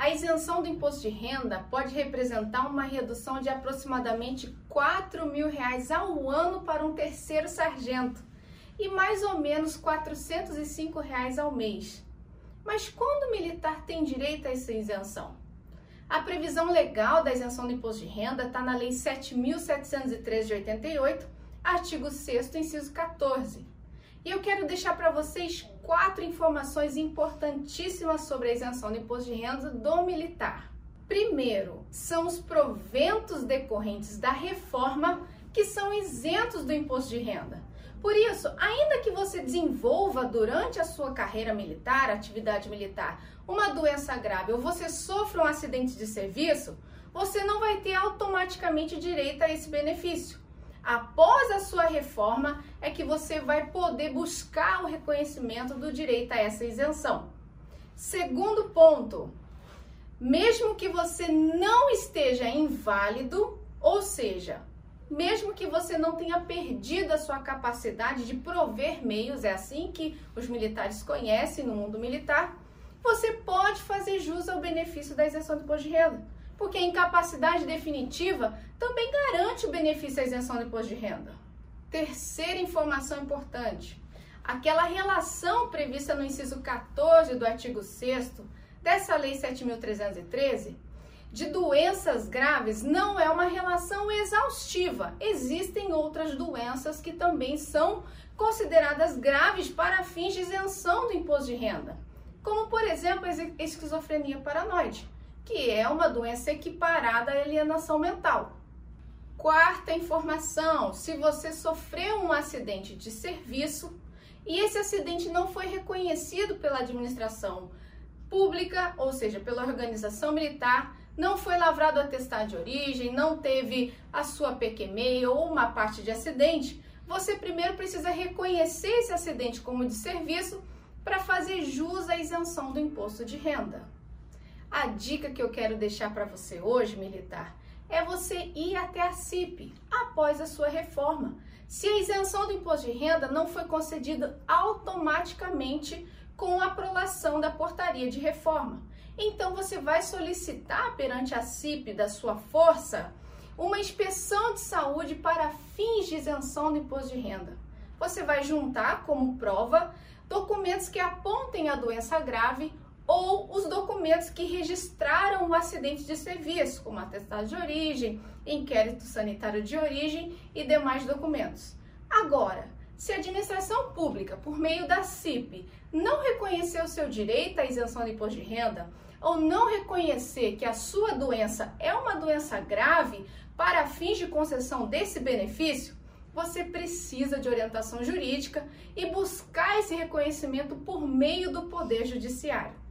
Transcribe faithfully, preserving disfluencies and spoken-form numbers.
A isenção do imposto de renda pode representar uma redução de aproximadamente quatro mil reais ao ano para um terceiro sargento e mais ou menos quatrocentos e cinco reais ao mês. Mas quando o militar tem direito a essa isenção? A previsão legal da isenção do imposto de renda está na Lei sete mil setecentos e treze de oitenta e oito, artigo sexto, inciso quatorze. E eu quero deixar para vocês quatro informações importantíssimas sobre a isenção do imposto de renda do militar. Primeiro, são os proventos decorrentes da reforma que são isentos do imposto de renda. Por isso, ainda que você desenvolva durante a sua carreira militar, atividade militar, uma doença grave ou você sofra um acidente de serviço, você não vai ter automaticamente direito a esse benefício. Após a sua reforma, é que você vai poder buscar o reconhecimento do direito a essa isenção. Segundo ponto, mesmo que você não esteja inválido, ou seja, mesmo que você não tenha perdido a sua capacidade de prover meios, é assim que os militares conhecem no mundo militar, você pode fazer jus ao benefício da isenção do imposto de renda. Porque a incapacidade definitiva também garante o benefício da isenção do imposto de renda. Terceira informação importante, aquela relação prevista no inciso quatorze do artigo sexto dessa Lei sete mil trezentos e treze, de doenças graves, não é uma relação exaustiva. Existem outras doenças que também são consideradas graves para fins de isenção do imposto de renda, como, por exemplo, a esquizofrenia paranoide, que é uma doença equiparada à alienação mental. Quarta informação, se você sofreu um acidente de serviço e esse acidente não foi reconhecido pela administração pública, ou seja, pela organização militar, não foi lavrado o atestado de origem, não teve a sua P Q M E ou uma parte de acidente, você primeiro precisa reconhecer esse acidente como de serviço para fazer jus à isenção do imposto de renda. A dica que eu quero deixar para você hoje, militar, é você ir até a C I P após a sua reforma. Se a isenção do imposto de renda não foi concedida automaticamente com a aprovação da portaria de reforma, então você vai solicitar perante a C I P da sua força uma inspeção de saúde para fins de isenção do imposto de renda. Você vai juntar como prova documentos que apontem a doença grave ou os documentos que registraram o acidente de serviço, como atestado de origem, inquérito sanitário de origem e demais documentos. Agora, se a administração pública, por meio da C I P, não reconhecer o seu direito à isenção do imposto de renda, ou não reconhecer que a sua doença é uma doença grave para fins de concessão desse benefício, você precisa de orientação jurídica e buscar esse reconhecimento por meio do Poder Judiciário.